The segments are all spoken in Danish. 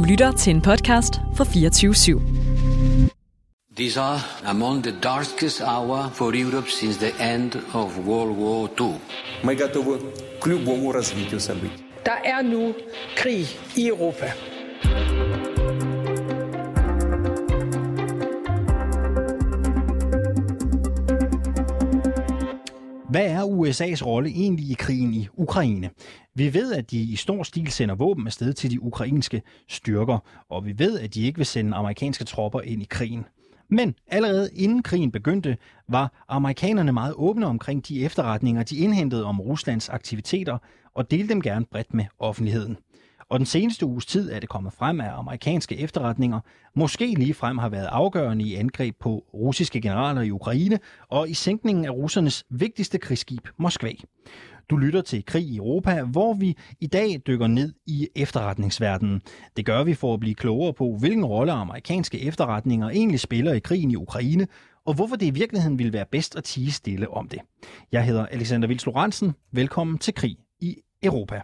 lytter til en podcast fra 24/7. These are among the darkest hour for Europe since the end of World War II. Мы готовы к любому развитию событий. Der er nu krig i Europa. Hvad er USA's rolle egentlig i krigen i Ukraine? Vi ved, at de i stor stil sender våben afsted til de ukrainske styrker, og vi ved, at de ikke vil sende amerikanske tropper ind i krigen. Men allerede inden krigen begyndte, var amerikanerne meget åbne omkring de efterretninger, de indhentede om Ruslands aktiviteter, og delte dem gerne bredt med offentligheden. Og den seneste uges tid er det kommet frem, at amerikanske efterretninger måske ligefrem har været afgørende i angreb på russiske generaler i Ukraine og i sænkningen af russernes vigtigste krigsskib, Moskva. Du lytter til Krig i Europa, hvor vi i dag dykker ned i efterretningsverdenen. Det gør vi for at blive klogere på, hvilken rolle amerikanske efterretninger egentlig spiller i krigen i Ukraine, og hvorfor det i virkeligheden ville være bedst at tie stille om det. Jeg hedder Alexander Vils Lorentzen. Velkommen til Krig i Europa.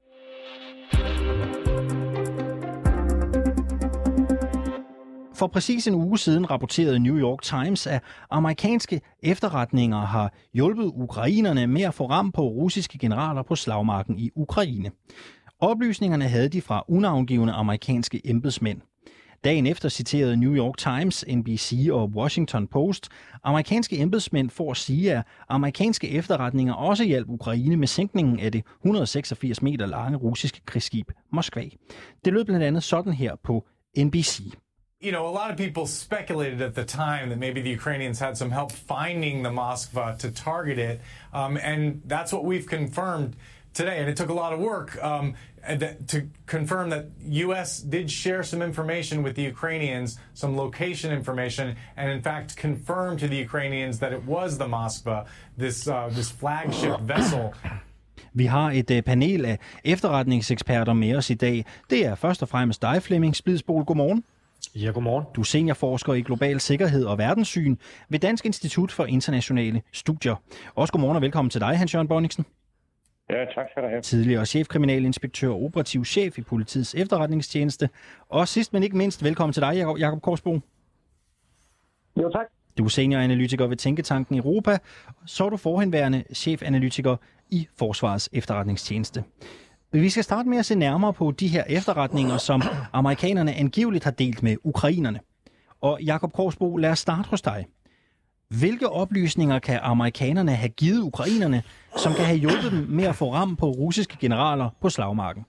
For præcis en uge siden rapporterede New York Times, at amerikanske efterretninger har hjulpet ukrainerne med at få ram på russiske generaler på slagmarken i Ukraine. Oplysningerne havde de fra unavngivne amerikanske embedsmænd. Dagen efter citerede New York Times, NBC og Washington Post amerikanske embedsmænd for at sige, at amerikanske efterretninger også hjalp Ukraine med sænkningen af det 186 meter lange russiske krigsskib Moskva. Det lød blandt andet sådan her på NBC. You know, a lot of people speculated at the time that maybe the Ukrainians had some help finding the Moskva to target it, and that's what we've confirmed today. And it took a lot of work to confirm that U.S. did share some information with the Ukrainians, some location information, and in fact confirmed to the Ukrainians that it was the Moskva, this flagship vessel. Vi har et panel af efterretningseksperter med os i dag. Det er først og fremmest dig, Flemming Splidsboel. Godmorgen. Ja, godmorgen. Du er seniorforsker i global sikkerhed og verdenssyn ved Dansk Institut for Internationale Studier. Også godmorgen og velkommen til dig, Hans Jørgen Bonniksen. Ja, tak skal du have. Tidligere chefkriminalinspektør og operativ chef i Politiets Efterretningstjeneste. Og sidst men ikke mindst, velkommen til dig, Jakob Korsbo. Jo, tak. Du er senioranalytiker ved Tænketanken Europa. Så er du forhenværende chefanalytiker i Forsvarets Efterretningstjeneste. Vi skal starte med at se nærmere på de her efterretninger, som amerikanerne angiveligt har delt med ukrainerne. Og Jakob Korsbo, lad os starte hos dig. Hvilke oplysninger kan amerikanerne have givet ukrainerne, som kan have hjulpet dem med at få ram på russiske generaler på slagmarken?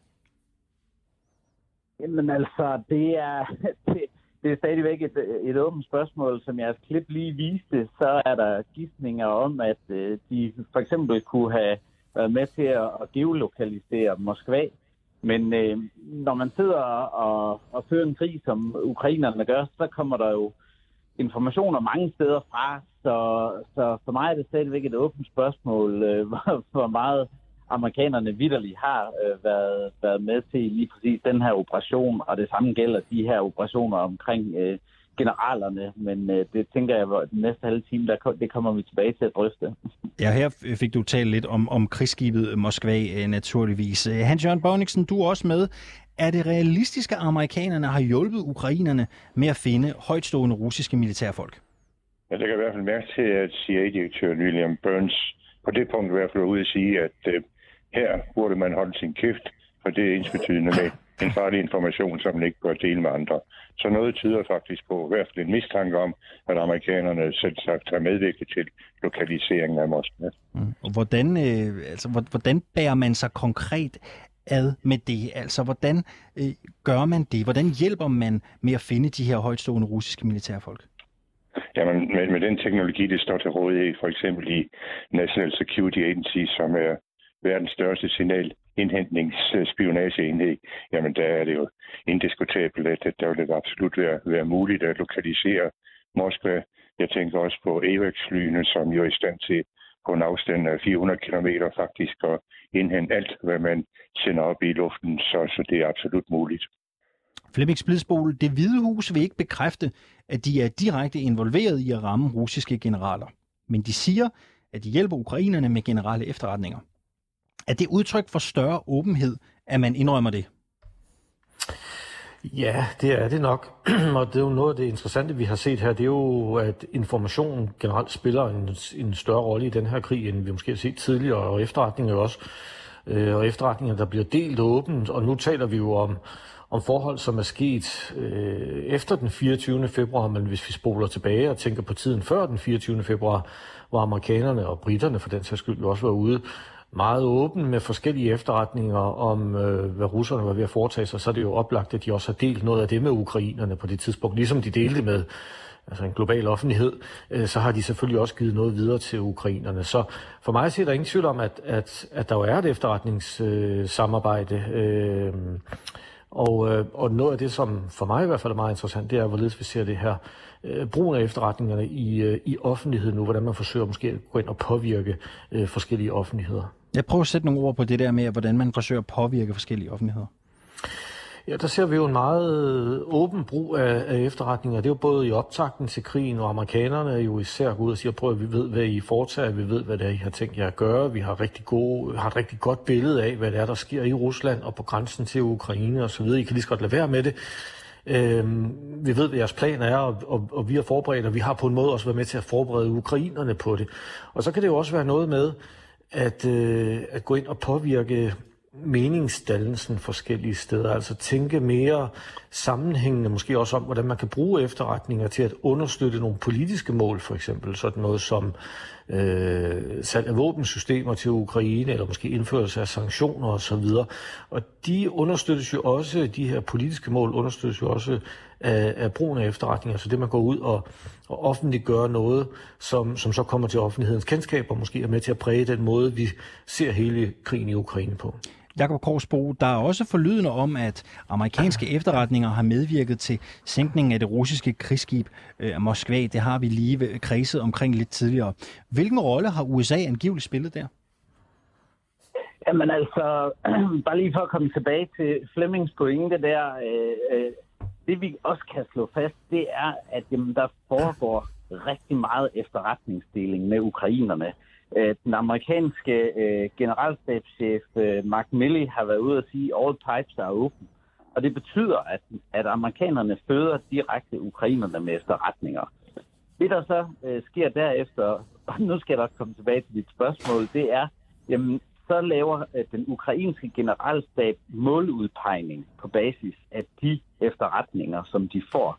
Jamen altså, det er stadigvæk et åbent spørgsmål, som jeres klip lige viste. Så er der gidsninger om, at de for eksempel kunne have været med til at geolokalisere Moskva. Men når man sidder og fører en krig, som ukrainerne gør, så kommer der jo informationer mange steder fra. Så for mig er det stadigvæk et åbent spørgsmål, hvor meget amerikanerne vitterligt har været med til lige præcis den her operation. Og det samme gælder de her operationer omkring generalerne, men det tænker jeg, at den næste halve time, det kommer vi tilbage til at drøfte. Ja, her fik du talt lidt om krigsskibet Moskva, naturligvis. Hans Jørgen Bonniksen, du er også med. Er det realistisk, at amerikanerne har hjulpet ukrainerne med at finde højtstående russiske militærfolk? Jeg lægger i hvert fald mærke til, at CIA-direktør William Burns på det punkt i hvert fald var ude at sige, at her burde man holde sin kæft, for det er ensbetydende med en farlig information, som man ikke bør dele med andre. Så noget tyder faktisk på, i hvert fald en mistanke om, at amerikanerne selv sagt har medvirket til lokaliseringen af Moskva. Og hvordan bærer man sig konkret ad med det? Altså, hvordan gør man det? Hvordan hjælper man med at finde de her højtstående russiske militærfolk? Jamen, med den teknologi, det står til rådighed, for eksempel i National Security Agency, som er verdens største signalindhentningsspionageenhed, jamen der er det jo indiskutabelt, at der vil det absolut være muligt at lokalisere Moskva. Jeg tænker også på AWACS-flyene, som jo er i stand til på en afstand af 400 kilometer faktisk at indhente alt, hvad man sender op i luften, så det er absolut muligt. Flemming Splidsboel, Det Hvide Hus vil ikke bekræfte, at de er direkte involveret i at ramme russiske generaler. Men de siger, at de hjælper ukrainerne med generelle efterretninger. Er det udtryk for større åbenhed, at man indrømmer det? Ja, det er det nok. Og det er jo noget af det interessante, vi har set her, det er jo, at informationen generelt spiller en større rolle i den her krig, end vi måske har set tidligere, og efterretninger også. Og efterretninger, der bliver delt åbent, og nu taler vi jo om forhold, som er sket efter den 24. februar, men hvis vi spoler tilbage og tænker på tiden før den 24. februar, hvor amerikanerne og briterne for den sags skyld også var ude meget åben med forskellige efterretninger om, hvad russerne var ved at foretage sig, så er det jo oplagt, at de også har delt noget af det med ukrainerne på det tidspunkt. Ligesom de delte med en global offentlighed, så har de selvfølgelig også givet noget videre til ukrainerne. Så for mig er der ingen tvivl om, at der jo er et efterretningssamarbejde. Og noget af det, som for mig i hvert fald er meget interessant, det er, hvorledes vi ser det her brugen af efterretningerne i offentligheden nu, hvordan man forsøger måske at gå ind og påvirke forskellige offentligheder. Jeg prøver at sætte nogle ord på det der med, hvordan man forsøger at påvirke forskellige offentligheder. Ja, der ser vi jo en meget åben brug af efterretninger. Det er jo både i optakten til krigen, og amerikanerne er jo især gået ud og siger, prøv at vi ved, hvad I foretager, vi ved, hvad det er, I har tænkt jer at gøre. Vi har et rigtig godt billede af, hvad det er, der sker i Rusland og på grænsen til Ukraine og så videre. I kan lige så godt lade være med det. Vi ved, hvad jeres plan er, og vi har forberedt, og vi har på en måde også været med til at forberede ukrainerne på det. Og så kan det jo også være noget med at gå ind og påvirke meningsdannelsen forskellige steder, altså tænke mere sammenhængende, måske også om, hvordan man kan bruge efterretninger til at understøtte nogle politiske mål, for eksempel sådan noget som salg af våbensystemer til Ukraine, eller måske indførelse af sanktioner osv. Og de understøttes jo også, de her politiske mål understøttes jo også af brugen af efterretninger, så det man går ud og offentliggør noget, som så kommer til offentlighedens kendskab, og måske er med til at præge den måde, vi ser hele krigen i Ukraine på. Jakob Korsbo, der er også forlydende om, at amerikanske efterretninger har medvirket til sænkningen af det russiske krigsskib Moskva. Det har vi lige kredset omkring lidt tidligere. Hvilken rolle har USA angiveligt spillet der? Jamen altså, bare lige for at komme tilbage til Flemmings pointe der. Det vi også kan slå fast, det er, at der foregår rigtig meget efterretningsdeling med ukrainerne. Den amerikanske generalstabschef Mark Milley har været ude at sige, at all pipes are open. Og det betyder, at amerikanerne føder direkte ukrainerne med efterretninger. Det, der så sker derefter, og nu skal jeg også komme tilbage til dit spørgsmål, det er, så laver den ukrainske generalstab måludpegning på basis af de efterretninger, som de får.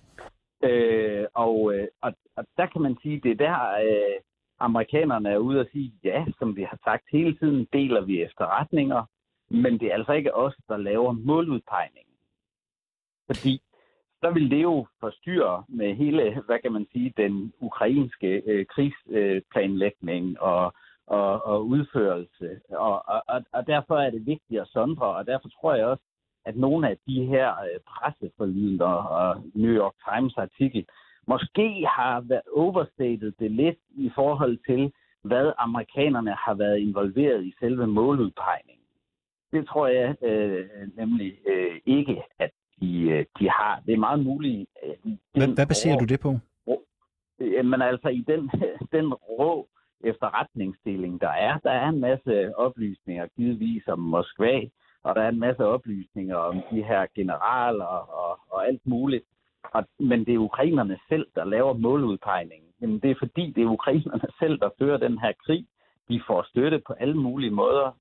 Og der kan man sige, det er der amerikanerne er ude at sige, ja, som vi har sagt hele tiden, deler vi efterretninger, men det er altså ikke os, der laver måludpegningen. Fordi så vil det jo forstyrre med hele, hvad kan man sige, den ukrainske krigsplanlægning og udførelse. Og derfor er det vigtigt at sondre, og derfor tror jeg også, at nogle af de her presseforlydender og New York Times artikel måske har været overstated det lidt i forhold til, hvad amerikanerne har været involveret i selve måludpegningen. Det tror jeg nemlig ikke, at de har. Det er meget muligt. Hvad baserer du det på? Men altså i den rå efterretningsdeling, der er en masse oplysninger givetvis om Moskva, og der er en masse oplysninger om de her generaler og alt muligt. Men det er ukrainerne selv, der laver måludpegningen. Jamen, det er fordi, det er ukrainerne selv, der fører den her krig. De får støtte på alle mulige måder,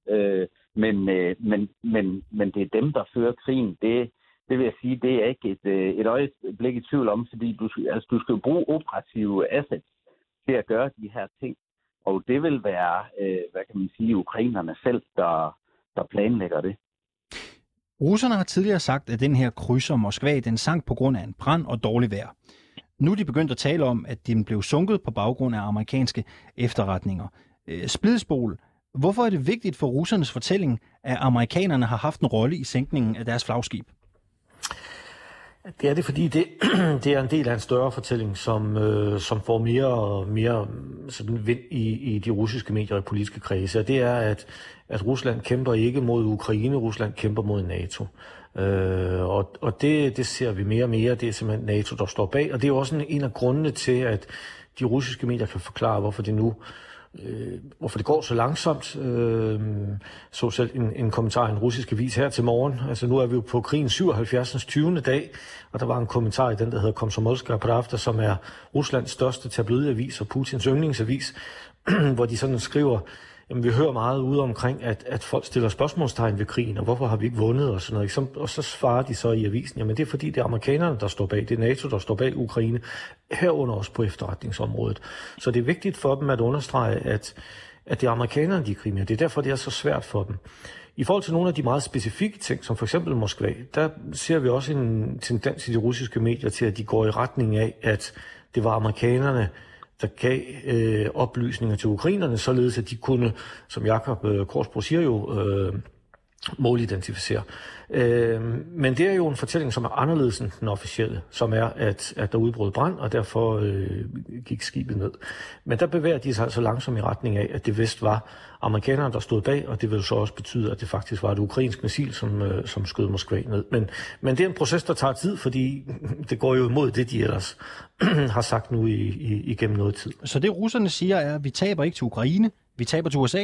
men det er dem, der fører krigen. Det vil jeg sige, det er ikke et øjeblik i tvivl om, fordi du skal bruge operative assets til at gøre de her ting. Og det vil være, hvad kan man sige, ukrainerne selv, der planlægger det. Russerne har tidligere sagt, at den her krydser Moskva, den sank på grund af en brand og dårlig vejr. Nu er de begyndt at tale om, at den blev sunket på baggrund af amerikanske efterretninger. Splidspol. Hvorfor er det vigtigt for russernes fortælling, at amerikanerne har haft en rolle i sænkningen af deres flagskib? Det er det, fordi det er en del af en større fortælling, som får mere og mere sådan vind i de russiske medier og politiske kredse. Og det er, at Rusland kæmper ikke mod Ukraine, Rusland kæmper mod NATO. Og det ser vi mere og mere. Det er simpelthen NATO, der står bag. Og det er jo også en af grundene til, at de russiske medier kan forklare, hvorfor det nu hvorfor det går så langsomt. Så selv en kommentar i en russisk avis her til morgen. Altså nu er vi jo på krigen 77. 20. dag, og der var en kommentar i den, der hedder Komsomolskaya Pravda, som er Ruslands største tabloidavis og Putins yndlingsavis, hvor de sådan skriver, jamen, vi hører meget ude omkring, at folk stiller spørgsmålstegn ved krigen, og hvorfor har vi ikke vundet og sådan noget. Og så svarer de så i avisen, jamen det er fordi, det er amerikanerne, der står bag, det er NATO, der står bag Ukraine, herunder også på efterretningsområdet. Så det er vigtigt for dem at understrege, at det er amerikanerne, de er krigen. Det er derfor, det er så svært for dem. I forhold til nogle af de meget specifikke ting, som for eksempel Moskva, der ser vi også en tendens i de russiske medier til, at de går i retning af, at det var amerikanerne, der gav oplysninger til ukrainerne, således at de kunne, som Jakob Korsbro siger jo, målidentificere. Men det er jo en fortælling, som er anderledes end den officielle, som er, at der udbrød brand, og derfor gik skibet ned. Men der bevæger de sig altså langsomt i retning af, at det vist var amerikanerne, der stod bag, og det vil så også betyde, at det faktisk var et ukrainsk missil, som skød Moskva ned. Men det er en proces, der tager tid, fordi det går jo imod det, de ellers har sagt nu igennem noget tid. Så det russerne siger er, at vi taber ikke til Ukraine, vi taber til USA?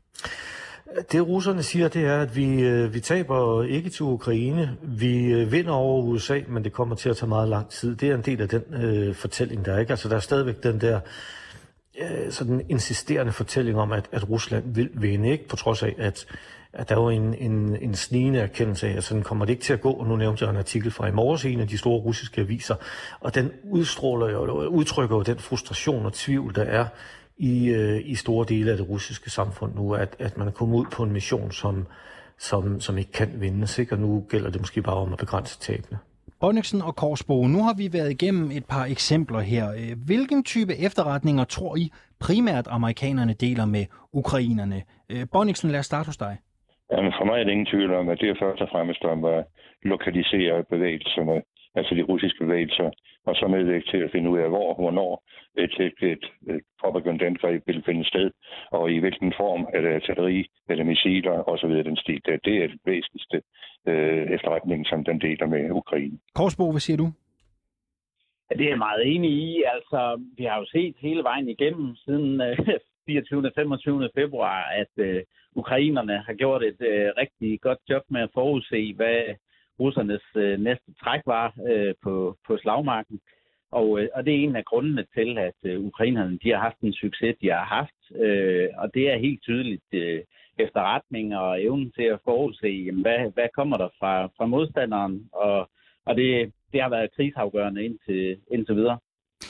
Det russerne siger, det er, at vi taber ikke til Ukraine. Vi vinder over USA, men det kommer til at tage meget lang tid. Det er en del af den fortælling, der er. Ikke? Altså, der er stadigvæk den der sådan insisterende fortælling om, at Rusland vil vinde, ikke? På trods af, at der er jo en snigende erkendelse af, at sådan kommer det ikke til at gå. Og nu nævnte jeg en artikel fra i morges i en af de store russiske aviser, og den udtrykker jo den frustration og tvivl, der er i store dele af det russiske samfund nu, at man er kommet ud på en mission, som ikke kan vindes, ikke? Og nu gælder det måske bare om at begrænse tabene. Bonniksen og Korsbo, nu har vi været igennem et par eksempler her. Hvilken type efterretninger tror I primært amerikanerne deler med ukrainerne? Bonniksen, lad os starte hos dig. Jamen, for mig er det ingen tvivl om, at det er først og fremmest om at lokalisere bevægelserne, altså de russiske bevægelser, og så medvirke til at finde ud af, hvornår et propagandangreb vil finde sted, og i hvilken form, er det artilleri, eller missiler osv. den stil. Det er det væsentligste efterretning, som den deler med Ukraine. Korsbo, hvad siger du? Ja, det er jeg meget enig i. Altså, vi har jo set hele vejen igennem siden 24. og 25. februar, at ukrainerne har gjort et rigtig godt job med at forudse, hvad russernes næste træk var på slagmarken. Og det er en af grundene til, at ukrainerne de har haft en succes, de har haft. Og det er helt tydeligt efterretning og evnen til at forudse, jamen, hvad kommer der fra modstanderen. Og det har været krigsafgørende indtil videre.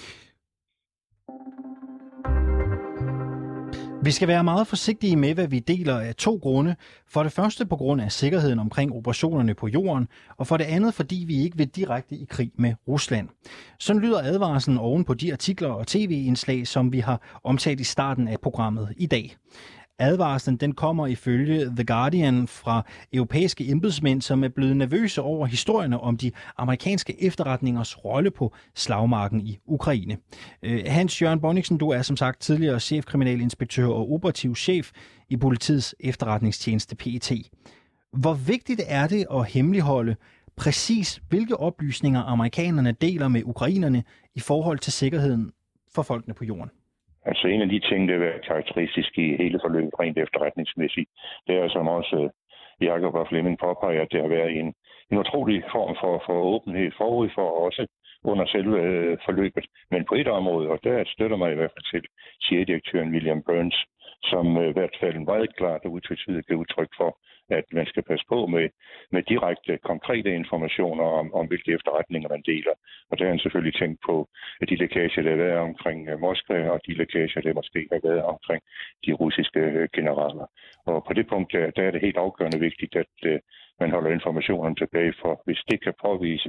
Vi skal være meget forsigtige med, hvad vi deler af to grunde. For det første på grund af sikkerheden omkring operationerne på jorden, og for det andet fordi vi ikke vil direkte i krig med Rusland. Sådan lyder advarslen oven på de artikler og tv-indslag, som vi har omtalt i starten af programmet i dag. Advarslen den kommer ifølge The Guardian fra europæiske embedsmænd, som er blevet nervøse over historierne om de amerikanske efterretningers rolle på slagmarken i Ukraine. Hans Jørgen Bonniksen, du er som sagt tidligere chefkriminalinspektør og operativ chef i politiets efterretningstjeneste PET. Hvor vigtigt er det at hemmeligholde præcis, hvilke oplysninger amerikanerne deler med ukrainerne i forhold til sikkerheden for folkene på jorden? Altså en af de ting, der vil være karakteristisk i hele forløbet rent efterretningsmæssigt, det er som også Jakob og Flemming påpeger, at det har været en utrolig form for åbenhed forud for også under selve forløbet. Men på et område, og der støtter mig i hvert fald til CIA-direktøren William Burns, som i hvert fald meget klart og utvetydigt giver udtryk for, at man skal passe på med direkte, konkrete informationer om hvilke efterretninger man deler. Og der har han selvfølgelig tænkt på de lækager, der har været omkring Moskva, og de lækager, der måske har været omkring de russiske generaler. Og på det punkt, der er det helt afgørende vigtigt, at man holder informationerne tilbage, for hvis det kan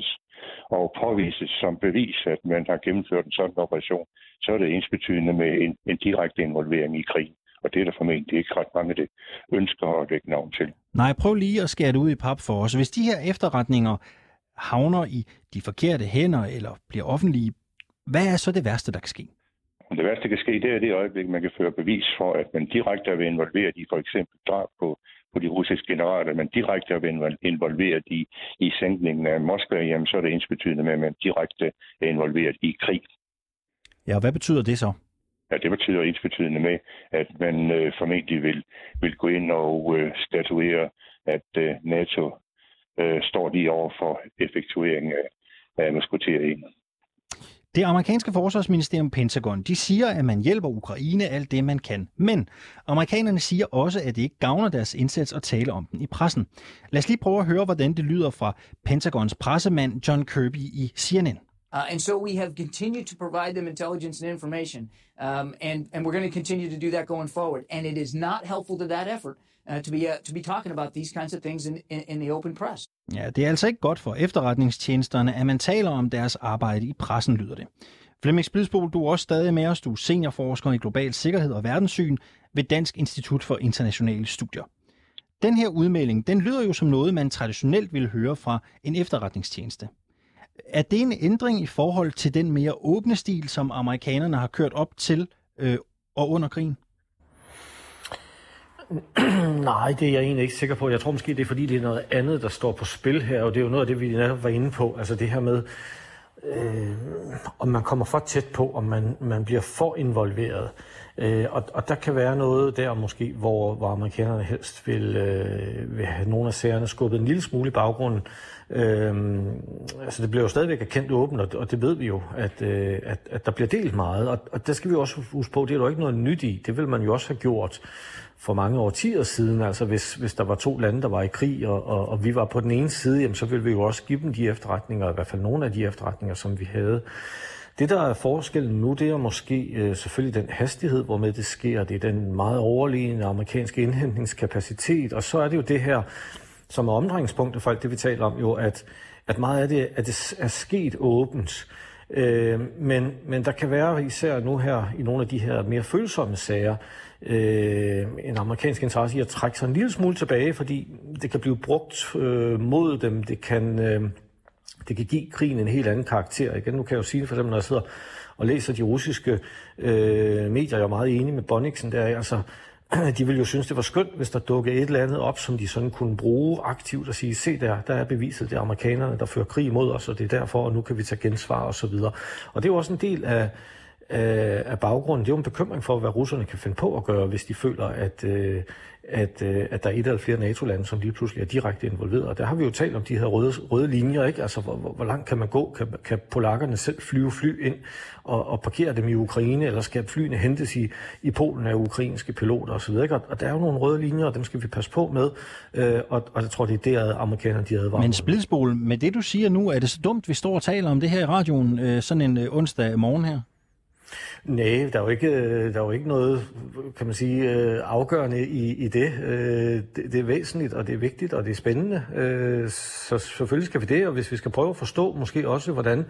påvises som bevis, at man har gennemført en sådan operation, så er det ensbetydende med en direkte involvering i krigen. Og det er der formentlig ikke ret mange, der ønsker at lægge navn til. Nej, prøv lige at skære det ud i pap for os. Hvis de her efterretninger havner i de forkerte hænder eller bliver offentlige, hvad er så det værste, der kan ske? Det værste, der kan ske, det er det øjeblik, man kan føre bevis for, at man direkte er ved involveret i for eksempel drab på de russiske generaler, man direkte er ved involveret i sænkningen af Moskva, jamen så er det ensbetydende med, at man direkte er involveret i krig. Ja, og hvad betyder det så? at det betyder ensbetydende med, at man formentlig vil gå ind og statuere, at NATO står lige over for effektuering af musketieringen. Det amerikanske forsvarsministerium Pentagon, de siger, at man hjælper Ukraine alt det, man kan. Men amerikanerne siger også, at det ikke gavner deres indsats at tale om den i pressen. Lad os lige prøve at høre, hvordan det lyder fra Pentagons pressemand John Kirby i CNN. And so we have continued to provide them intelligence and information, and we're going to continue to do that going forward. And it is not helpful to that effort to be talking about these kinds of things in the open press. Ja, det er altså ikke godt for efterretningstjenesterne, at man taler om deres arbejde i pressen, lyder det. Flemming Splidsboel, du er også stadig med os. Du er seniorforsker i global sikkerhed og verdenssyn ved Dansk Institut for Internationale Studier. Den her udmelding, den lyder jo som noget, man traditionelt ville høre fra en efterretningstjeneste. Er det en ændring i forhold til den mere åbne stil, som amerikanerne har kørt op til og under krigen? Nej, det er jeg egentlig ikke sikker på. Jeg tror måske, det er fordi, det er noget andet, der står på spil her, og det er jo noget af det, vi netop var inde på. Altså det her med, om man kommer for tæt på, om man bliver for involveret. Og der kan være noget der måske, hvor amerikanerne helst vil have nogle af sagerne skubbet en lille smule i baggrunden. Altså det bliver jo stadigvæk erkendt åbent, og det ved vi jo, at der bliver delt meget. Og der skal vi også huske på, det er jo ikke noget nyt i. Det vil man jo også have gjort for mange årtier siden. Altså hvis der var to lande, der var i krig, og vi var på den ene side, jamen, så ville vi jo også give dem de efterretninger, i hvert fald nogle af de efterretninger, som vi havde. Det, der er forskellen nu, det er måske selvfølgelig den hastighed, hvormed det sker. Det er den meget overlegne amerikanske indhentningskapacitet, og så er det jo det her, som er omdrejningspunktet for alt det, vi taler om, jo, at meget af det, at det er sket åbent. Men der kan være, især nu her, i nogle af de her mere følsomme sager, en amerikansk interesse i at trække sig en lille smule tilbage, fordi det kan blive brugt mod dem. Det kan give krigen en helt anden karakter. Igen, nu kan jeg jo sige det, for eksempel, når jeg sidder og læser de russiske medier, jeg er meget enig med Bonniksen, der altså, de ville jo synes, det var skønt, hvis der dukkede et eller andet op, som de sådan kunne bruge aktivt og sige, se der er beviset, det er amerikanerne, der fører krig mod os, og det er derfor, og nu kan vi tage gensvar og så videre. Og det er jo også en del af baggrunden. Det er jo en bekymring for, hvad russerne kan finde på at gøre, hvis de føler, at der er et eller flere NATO-lande, som lige pludselig er direkte involveret. Og der har vi jo talt om de her røde linjer, ikke? Altså, hvor langt kan man gå? Kan polakkerne selv flyve fly ind og parkere dem i Ukraine, eller skal flyene hentes i Polen af ukrainske piloter osv.? Og der er jo nogle røde linjer, og dem skal vi passe på med. Og jeg tror, det er det, amerikanerne de advarer. Men Splidsboel, med det du siger nu, er det så dumt, vi står og taler om det her i radioen sådan en onsdag morgen her? Nej, der er jo ikke noget, kan man sige, afgørende i det. Det er væsentligt, og det er vigtigt, og det er spændende. Så selvfølgelig skal vi det, og hvis vi skal prøve at forstå måske også, hvordan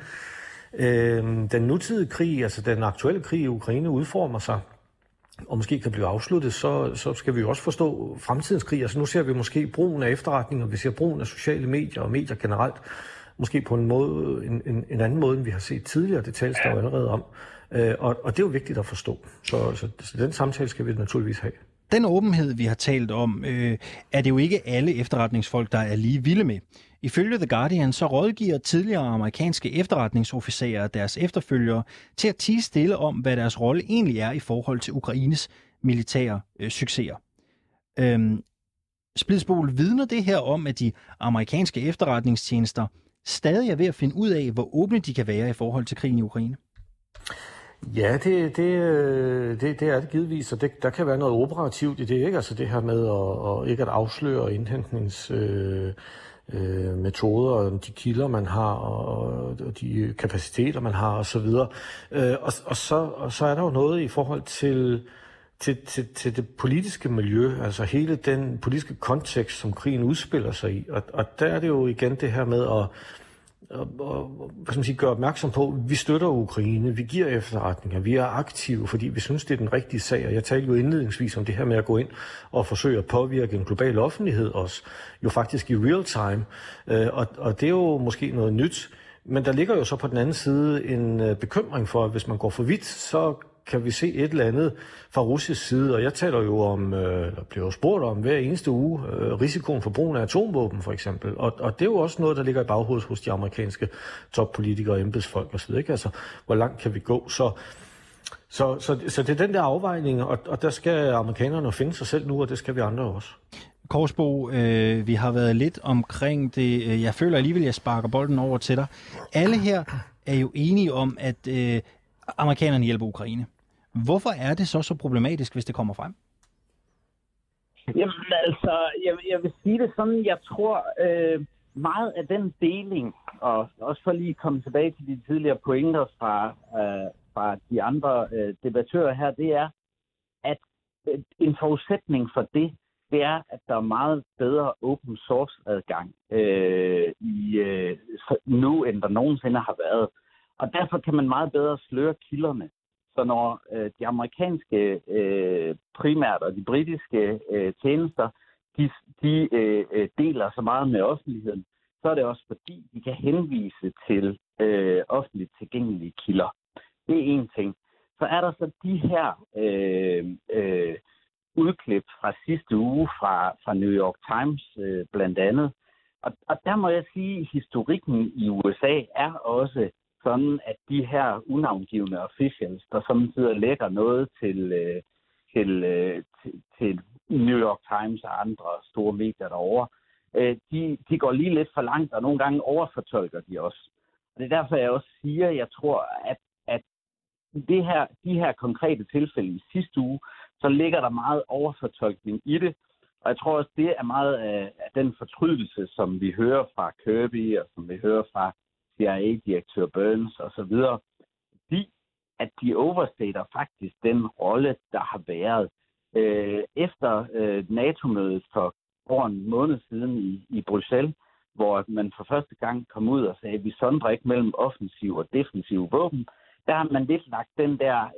den nutidige krig, altså den aktuelle krig i Ukraine udformer sig, og måske kan blive afsluttet, så skal vi jo også forstå fremtidens krig. Altså nu ser vi måske brugen af efterretninger, vi ser brugen af sociale medier og medier generelt, måske på en måde, en anden måde, end vi har set tidligere. Det tales der jo allerede om. Og det er jo vigtigt at forstå. Så den samtale skal vi naturligvis have. Den åbenhed, vi har talt om, er det jo ikke alle efterretningsfolk, der er lige vilde med. Ifølge The Guardian så rådgiver tidligere amerikanske efterretningsofficerer deres efterfølgere til at tie stille om, hvad deres rolle egentlig er i forhold til Ukraines militære succeser. Splidsboel, vidner det her om, at de amerikanske efterretningstjenester stadig er ved at finde ud af, hvor åbne de kan være i forhold til krigen i Ukraine? Ja, det er det givetvis, og der kan være noget operativt i det, ikke? Altså det her med at ikke at afsløre indhentningsmetoder, og de kilder, man har, og de kapaciteter, man har, osv. Og så er der jo noget i forhold til det politiske miljø, altså hele den politiske kontekst, som krigen udspiller sig i. Og der er det jo igen det her med at gøre opmærksom på, at vi støtter Ukraine, vi giver efterretninger, vi er aktive, fordi vi synes, det er den rigtige sag. Og jeg talte jo indledningsvis om det her med at gå ind og forsøge at påvirke en global offentlighed også, jo faktisk i real time. Og det er jo måske noget nyt, men der ligger jo så på den anden side en bekymring for, at hvis man går for vidt, så kan vi se et eller andet fra russisk side, og jeg taler jo om, der bliver jo spurgt om hver eneste uge, risikoen for brugen af atomvåben for eksempel, og det er jo også noget, der ligger i baghovedet hos de amerikanske toppolitikere og embedsfolk osv., ikke? Altså, hvor langt kan vi gå? Så Så det er den der afvejning, og der skal amerikanerne finde sig selv nu, og det skal vi andre også. Korsbo, vi har været lidt omkring det. Jeg føler alligevel, at jeg sparker bolden over til dig. Alle her er jo enige om, at amerikanerne hjælper Ukraine. Hvorfor er det så problematisk, hvis det kommer frem? Jamen altså, jeg vil sige det sådan, jeg tror meget af den deling, og også for lige at komme tilbage til de tidligere pointer fra de andre debattører her, det er, at en forudsætning for det er, at der er meget bedre open source adgang nu, end der nogensinde har været. Og derfor kan man meget bedre sløre kilderne. Så når de amerikanske primært og de britiske tjenester, de deler så meget med offentligheden, så er det også fordi, de kan henvise til offentligt tilgængelige kilder. Det er en ting. Så er der så de her udklip fra sidste uge fra New York Times blandt andet. Og der må jeg sige, at historikken i USA er også sådan, at de her unavngivne officials, der samtidig lægger noget til New York Times og andre store medier derovre, de går lige lidt for langt, og nogle gange overfortolker de også. Og det er derfor, jeg også siger, at jeg tror, at de her konkrete tilfælde i sidste uge, så ligger der meget overfortolkning i det. Og jeg tror også, det er meget af den fortrydelse, som vi hører fra Kirby, og som vi hører fra CIA-direktør Burns osv., fordi at de overstater faktisk den rolle, der har været. Efter NATO-mødet for over en måned siden i Bruxelles, hvor man for første gang kom ud og sagde, at vi sondrer ikke mellem offensiv og defensiv våben, der har man lidt lagt den der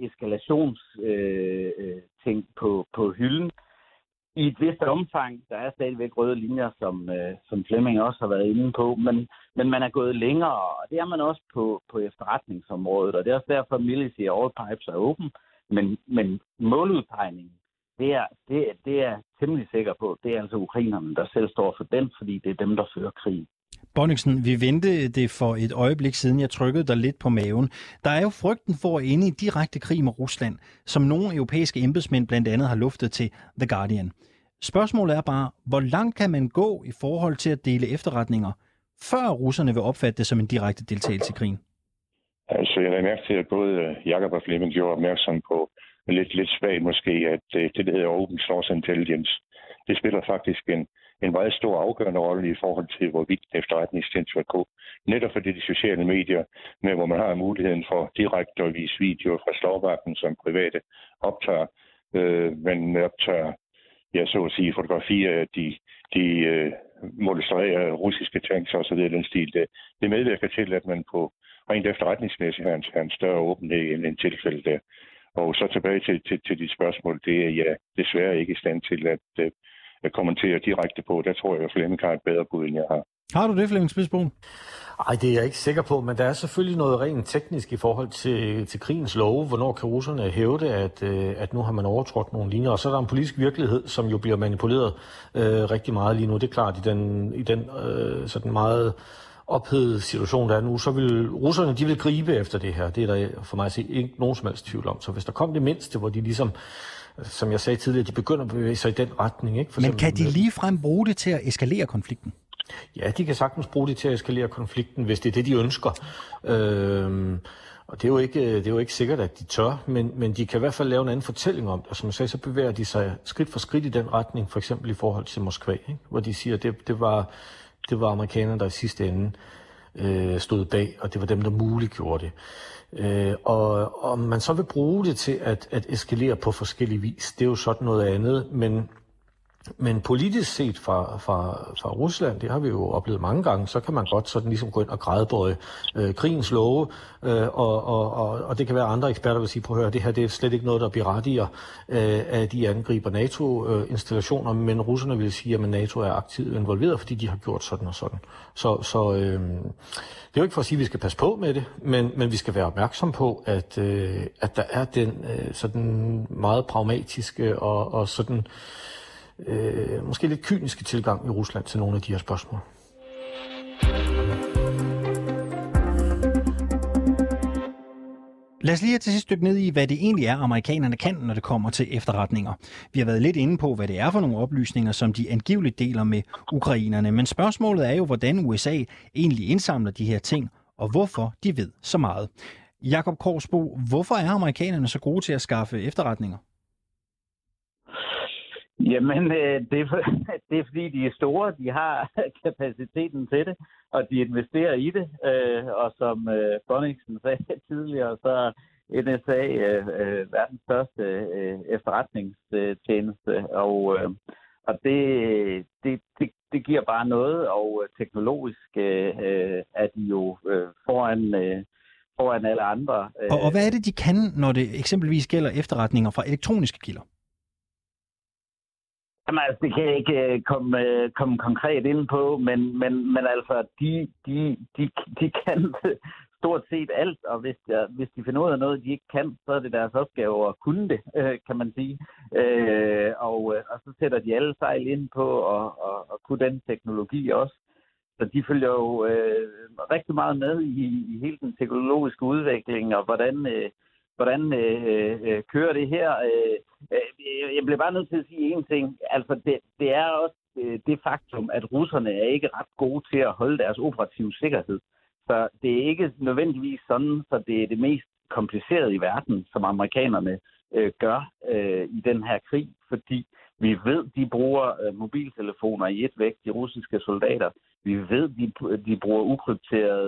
eskalationsting på hylden. I et vist omfang, der er stadigvæk røde linjer, som Flemming også har været inde på, men man er gået længere, og det er man også på efterretningsområdet, og det er også derfor, at Milley siger, all pipes er åben, men måludpegningen, det er temmelig sikker på, det er altså ukrainerne, der selv står for den, fordi det er dem, der fører krig. Bonniksen, vi ventede det for et øjeblik siden, jeg trykkede dig lidt på maven. Der er jo frygten for at ende i direkte krig med Rusland, som nogle europæiske embedsmænd blandt andet har luftet til The Guardian. Spørgsmålet er bare, hvor langt kan man gå i forhold til at dele efterretninger, før russerne vil opfatte det som en direkte deltagelse i krigen? Altså, jeg har mærket til, at både Jakob og Flemming gjorde opmærksom på lidt svagt måske, at det, der hedder Open Source Intelligence, det spiller faktisk en meget stor afgørende rolle i forhold til, hvorvidt efterretningstjenester vil gå. Netop fordi de sociale medier, med hvor man har muligheden for direkte at vise videoer fra slagvagten, som private optager. Man optager, ja, så at sige, fotografier af de monitorerer russiske tanks og så videre den stil. Det medvirker til, at man på rent efterretningsmæssigt har en større åbenhed end en tilfælde der. Og så tilbage til dit spørgsmål, det er jeg desværre ikke i stand til at kommentere direkte på. Der tror jeg, at Flemming har et bedre bud, end jeg har. Har du det, Flemming Spidsbo? Ej, det er jeg ikke sikker på, men der er selvfølgelig noget rent teknisk i forhold til krigens love. Hvornår kan russerne hævde, at nu har man overtrådt nogle linjer? Og så er der en politisk virkelighed, som jo bliver manipuleret rigtig meget lige nu. Det er klart, i den sådan meget ophedede situation, der er nu, så vil russerne, de vil gribe efter det her. Det er der for mig at se ikke nogen som helst tvivl om. Så hvis der kom det mindste, hvor de ligesom, som jeg sagde tidligere, de begynder at bevæge sig i den retning. Ikke? Men kan de ligefrem bruge det til at eskalere konflikten? Ja, de kan sagtens bruge det til at eskalere konflikten, hvis det er det, de ønsker. Og det er jo ikke sikkert, at de tør, men de kan i hvert fald lave en anden fortælling om det. Og som jeg sagde, så bevæger de sig skridt for skridt i den retning, for eksempel i forhold til Moskva, ikke? Hvor de siger, at det var amerikanerne, der i sidste ende stod bag, og det var dem, der muliggjorde det. Og man så vil bruge det til at eskalere på forskellige vis, det er jo sådan noget andet, men politisk set fra Rusland, det har vi jo oplevet mange gange, så kan man godt sådan ligesom gå ind og gradbøje krigens love, og det kan være andre eksperter, der vil sige, prøv at høre, det her det er slet ikke noget, der berettiger, at de angriber NATO-installationer, men russerne vil sige, at NATO er aktivt involveret, fordi de har gjort sådan og sådan. Så det er jo ikke for at sige, at vi skal passe på med det, men vi skal være opmærksom på, at der er den sådan meget pragmatiske og sådan måske lidt kyniske tilgang i Rusland til nogle af de her spørgsmål. Lad os lige til sidst dykke ned i, hvad det egentlig er, amerikanerne kan, når det kommer til efterretninger. Vi har været lidt inde på, hvad det er for nogle oplysninger, som de angiveligt deler med ukrainerne. Men spørgsmålet er jo, hvordan USA egentlig indsamler de her ting, og hvorfor de ved så meget. Jakob Korsbo, hvorfor er amerikanerne så gode til at skaffe efterretninger? Jamen, det er fordi, de er store, de har kapaciteten til det, og de investerer i det. Og som Bonniksen sagde tidligere, så er NSA verdens største efterretningstjeneste, og det giver bare noget, og teknologisk er de jo foran alle andre. Og hvad er det, de kan, når det eksempelvis gælder efterretninger fra elektroniske kilder? Jamen, altså, det kan jeg ikke komme konkret ind på, men altså, de kan stort set alt, og hvis de finder ud af noget, de ikke kan, så er det deres opgave at kunne det, kan man sige. Og så sætter de alle sejl ind på at kunne den teknologi også. Så de følger jo rigtig meget med i hele den teknologiske udvikling, og hvordan kører det her. Jeg bliver bare nødt til at sige en ting. Altså, det er også det faktum, at russerne er ikke ret gode til at holde deres operative sikkerhed. Så det er ikke nødvendigvis sådan, så det er det mest komplicerede i verden, som amerikanerne gør i den her krig, fordi vi ved, de bruger mobiltelefoner i et væk, de russiske soldater. Vi ved, de bruger ukrypteret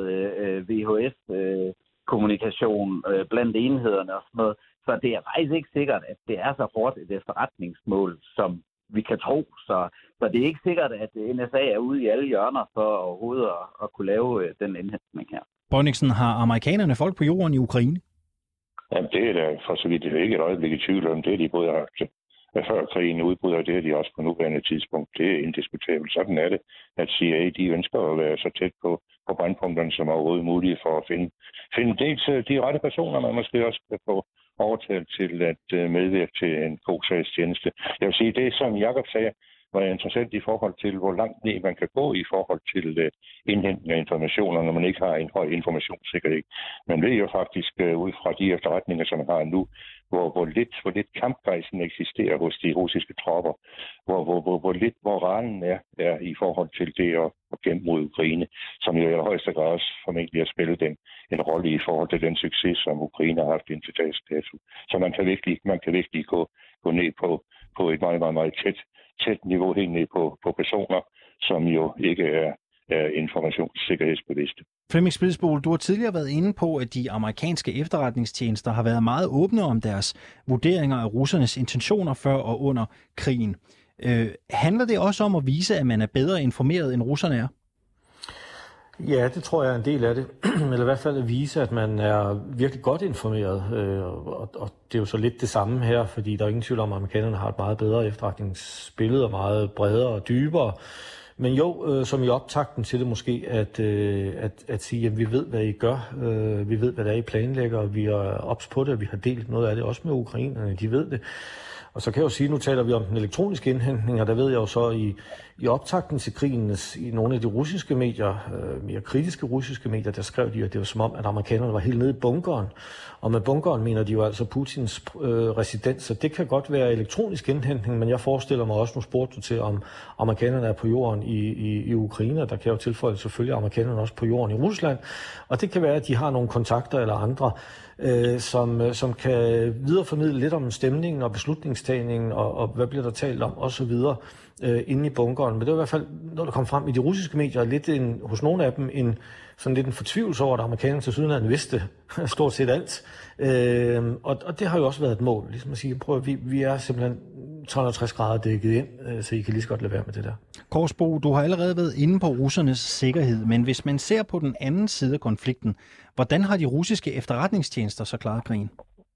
VHF-kommunikation blandt enhederne og sådan noget. Så det er faktisk ikke sikkert, at det er så hårdt et efterretningsmål, som vi kan tro. Så det er ikke sikkert, at NSA er ude i alle hjørner for overhovedet at kunne lave den indhentning her. Bonniksen, har amerikanerne folk på jorden i Ukraine? Jamen, det er da for så vidt det er ikke et øjeblik i tvivl om. Det er de både haft før krigen udbryder, det er de også på nuværende tidspunkt. Det er indiskutabelt. Sådan er det, at CIA de ønsker at være så tæt på brandpunkterne som overhovedet muligt for at finde dels de rette personer, man måske også kan få overtalt til at medvirke til en god sagstjeneste. Jeg vil sige, det som Jakob sagde, var interessant i forhold til, hvor langt ned man kan gå i forhold til indhentning af informationer, når man ikke har en høj informationssikkerhed. Man ved jo faktisk ud fra de efterretninger, som man har nu, hvor lidt kampgejsen eksisterer hos de russiske tropper, hvor lidt moralen er i forhold til det at kæmpe mod Ukraine, som jo i højeste grad også formentlig har spillet en rolle i forhold til den succes, som Ukraine har haft indtil dags dato. Så man kan virkelig gå ned på et meget, meget, meget tæt niveau, helt ned på personer, som jo ikke er informationssikkerhedsbevidste. Flemming Spidsbol, du har tidligere været inde på, at de amerikanske efterretningstjenester har været meget åbne om deres vurderinger af russernes intentioner før og under krigen. Handler det også om at vise, at man er bedre informeret, end russerne er? Ja, det tror jeg er en del af det. Eller i hvert fald at vise, at man er virkelig godt informeret. Og det er jo så lidt det samme her, fordi der er ingen tvivl om, at amerikanerne har et meget bedre efterretningsbillede og meget bredere og dybere. Men jo, som i optakten til det måske, at sige, at vi ved, hvad I gør, vi ved, hvad der er, I planlægger, og vi er ops på det, og vi har delt noget af det også med ukrainerne, de ved det. Og så kan jeg jo sige, nu taler vi om den elektroniske indhentning, og der ved jeg jo så i optakten til krigen, i nogle af de russiske medier, mere kritiske russiske medier, der skrev de, at det var som om, at amerikanerne var helt nede i bunkeren. Og med bunkeren mener de jo altså Putins residens, så det kan godt være elektronisk indhentning, men jeg forestiller mig også, nu spurgte du til, om amerikanerne er på jorden i Ukraine, der kan jo tilføje selvfølgelig amerikanerne også på jorden i Rusland, og det kan være, at de har nogle kontakter eller andre, som kan videreformidle lidt om stemningen og beslutningstagningen, og hvad bliver der talt om osv. Inde i bunkeren. Men det var i hvert fald, når der kom frem i de russiske medier, lidt hos nogle af dem sådan lidt en fortvivlelse over, at amerikanerne til sydenlanden vidste stort set alt. Og det har jo også været et mål, ligesom at sige, prøv at vi er simpelthen 360 grader dækket ind, så I kan lige så godt lade være med det der. Korsbo, du har allerede været inde på russernes sikkerhed, men hvis man ser på den anden side af konflikten, hvordan har de russiske efterretningstjenester så klaret krigen?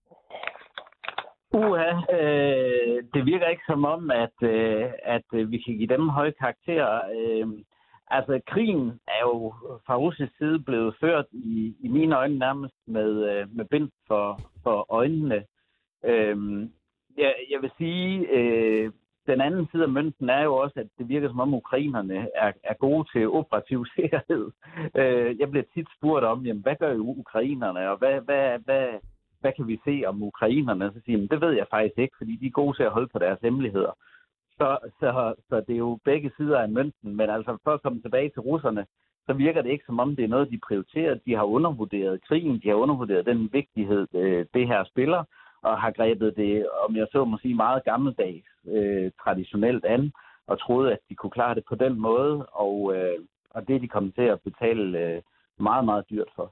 Det virker ikke som om, at vi kan give dem høje karakterer. Altså, krigen er jo fra russisk side blevet ført i mine øjne nærmest med bind for øjnene. Jeg vil sige, den anden side af mønten er jo også, at det virker som om ukrainerne er gode til operativ sikkerhed. Jeg bliver tit spurgt om, jamen, hvad gør ukrainerne, og hvad kan vi se om ukrainerne? Så siger man, det ved jeg faktisk ikke, fordi de er gode til at holde på deres hemmeligheder. Så det er jo begge sider af mønten, men altså for at komme tilbage til russerne, så virker det ikke som om det er noget, de prioriterer. De har undervurderet krigen, de har undervurderet den vigtighed, det her spiller, og har grebet det, om jeg så må sige, meget gammeldags traditionelt an, og troede, at de kunne klare det på den måde, og det er de kommet til at betale meget, meget dyrt for.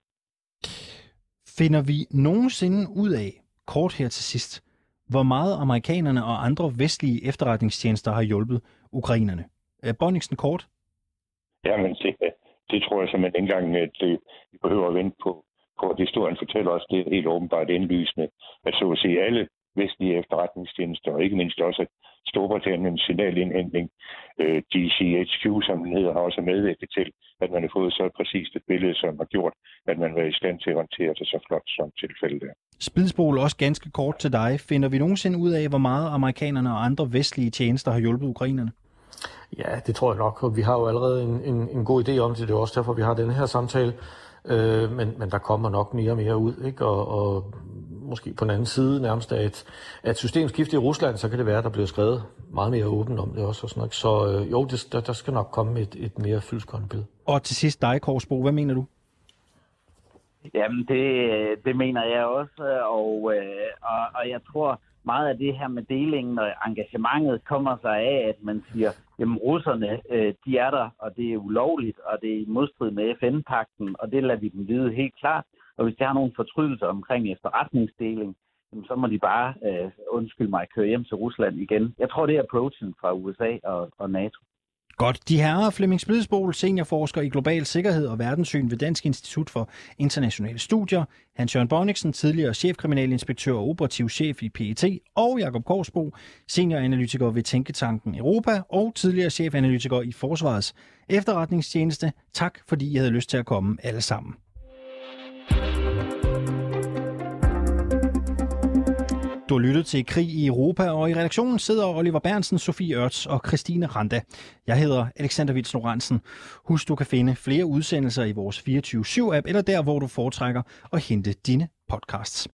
Finder vi nogensinde ud af, kort her til sidst, hvor meget amerikanerne og andre vestlige efterretningstjenester har hjulpet ukrainerne? Bonniksen kort? Jamen, det tror jeg simpelthen ikke engang, at vi behøver at vente på. At historien fortæller os, det er helt åbenbart indlysende, at så at sige alle vestlige efterretningstjenester, og ikke mindst også Storbritanniens signalindhentning, GCHQ, som den hedder, har også medvirket til, at man har fået så præcist et billede, som har gjort, at man var i stand til at håndtere det så flot som tilfælde der. Spidsbol, også ganske kort til dig. Finder vi nogensinde ud af, hvor meget amerikanerne og andre vestlige tjenester har hjulpet ukrainerne? Ja, det tror jeg nok, og vi har jo allerede en god idé om det. Det er også derfor, vi har den her samtale. Men der kommer nok mere og mere ud, ikke? Og måske på den anden side nærmest af et systemskifte i Rusland, så kan det være, at der bliver skrevet meget mere åbent om det også. Og sådan noget. Så jo, der skal nok komme et mere fyldestgørende billede. Og til sidst dig, Korsbro, hvad mener du? Jamen, det mener jeg også, og jeg tror, meget af det her med delingen og engagementet kommer sig af, at man siger, jamen russerne, de er der, og det er ulovligt, og det er i modstrid med FN-pakten, og det lader vi dem vide helt klart. Og hvis de har nogle fortrydelser omkring efterretningsdeling, så må de bare, undskyld mig, køre hjem til Rusland igen. Jeg tror, det er approachen fra USA og NATO. Godt. De herrer Flemming Spidsbol, seniorforsker i global sikkerhed og verdenssyn ved Dansk Institut for Internationale Studier, Hans-Jørgen Bonniksen, tidligere chefkriminalinspektør og operativ chef i PET, og Jakob Korsbro, senioranalytiker ved Tænketanken Europa og tidligere chefanalytiker i Forsvarets Efterretningstjeneste. Tak, fordi I havde lyst til at komme alle sammen. Du har lyttet til Krig i Europa, og i redaktionen sidder Oliver Bernsen, Sofie Ørts og Christine Randa. Jeg hedder Alexander Vils Lorentzen. Husk, du kan finde flere udsendelser i vores 24/7-app, eller der, hvor du foretrækker at hente dine podcasts.